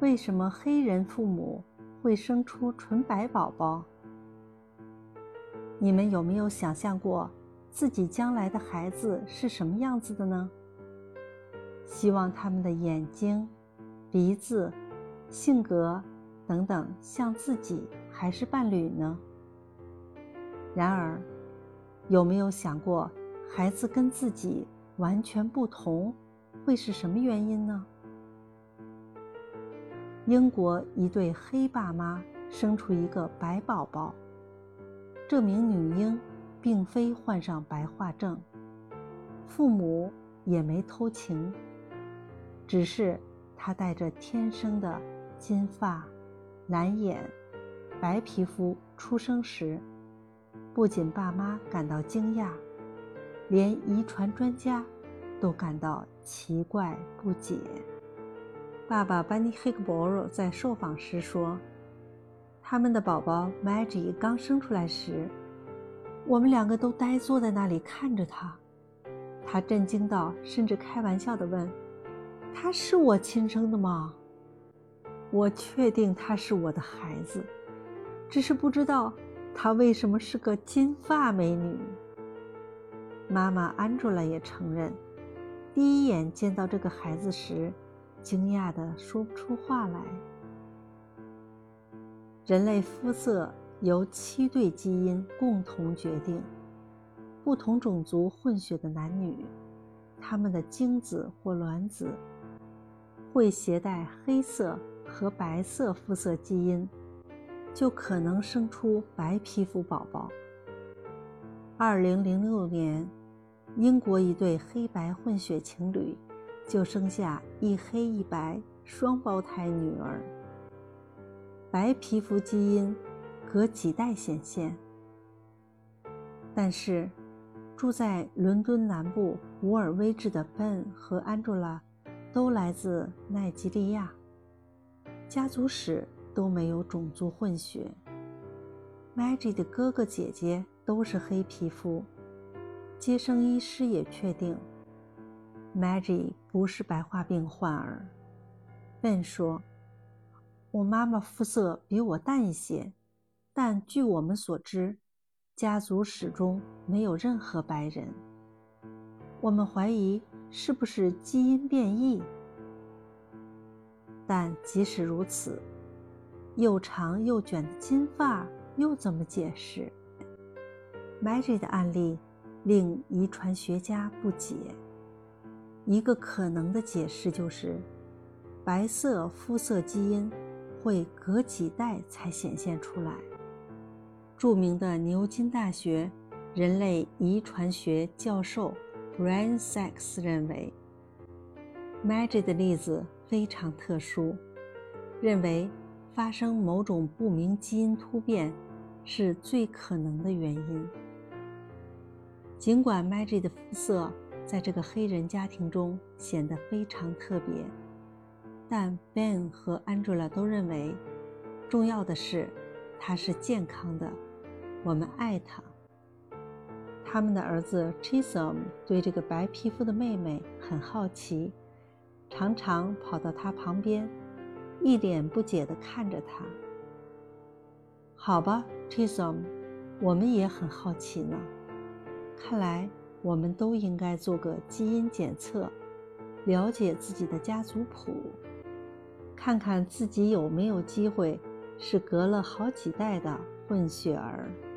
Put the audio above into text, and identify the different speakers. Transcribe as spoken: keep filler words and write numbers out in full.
Speaker 1: 为什么黑人父母会生出纯白宝宝？你们有没有想象过自己将来的孩子是什么样子的呢？希望他们的眼睛、鼻子、性格等等像自己还是伴侣呢？然而，有没有想过孩子跟自己完全不同会是什么原因呢？英国一对黑爸妈生出一个白宝宝，这名女婴并非患上白化症，父母也没偷情，只是她带着天生的金发、蓝眼、白皮肤出生时，不仅爸妈感到惊讶，连遗传专家都感到奇怪不解。爸爸班尼黑克博罗在受访时说，他们的宝宝 Maggie 刚生出来时，我们两个都呆坐在那里看着他。他震惊到甚至开玩笑地问，他是我亲生的吗？我确定他是我的孩子，只是不知道他为什么是个金发美女。妈妈 Angela 也承认，第一眼见到这个孩子时，惊讶地说不出话来。人类肤色由七对基因共同决定，不同种族混血的男女，他们的精子或卵子会携带黑色和白色肤色基因，就可能生出白皮肤宝宝。二零零六年，英国一对黑白混血情侣就生下一黑一白双胞胎女儿。白皮肤基因隔几代显现，但是住在伦敦南部伍尔威治的 Ben 和 Angela 都来自奈及利亚，家族史都没有种族混血。Maggie 的哥哥姐姐都是黑皮肤，接生医师也确定Maggie 不是白化病患儿。Ben 说，我妈妈肤色比我淡一些，但据我们所知，家族史中没有任何白人。我们怀疑是不是基因变异。但即使如此，又长又卷的金发又怎么解释？ Maggie 的案例令遗传学家不解。一个可能的解释就是，白色肤色基因会隔几代才显现出来。著名的牛津大学人类遗传学教授 Brian Sachs 认为， Maggie 的例子非常特殊，认为发生某种不明基因突变是最可能的原因。尽管 Maggie 的肤色在这个黑人家庭中显得非常特别，但 Ben 和 Angela 都认为，重要的是他是健康的，我们爱他。他们的儿子 Chisholm 对这个白皮肤的妹妹很好奇，常常跑到她旁边，一脸不解地看着她。好吧 Chisholm， 我们也很好奇呢。看来我们都应该做个基因检测，了解自己的家族谱，看看自己有没有机会是隔了好几代的混血儿。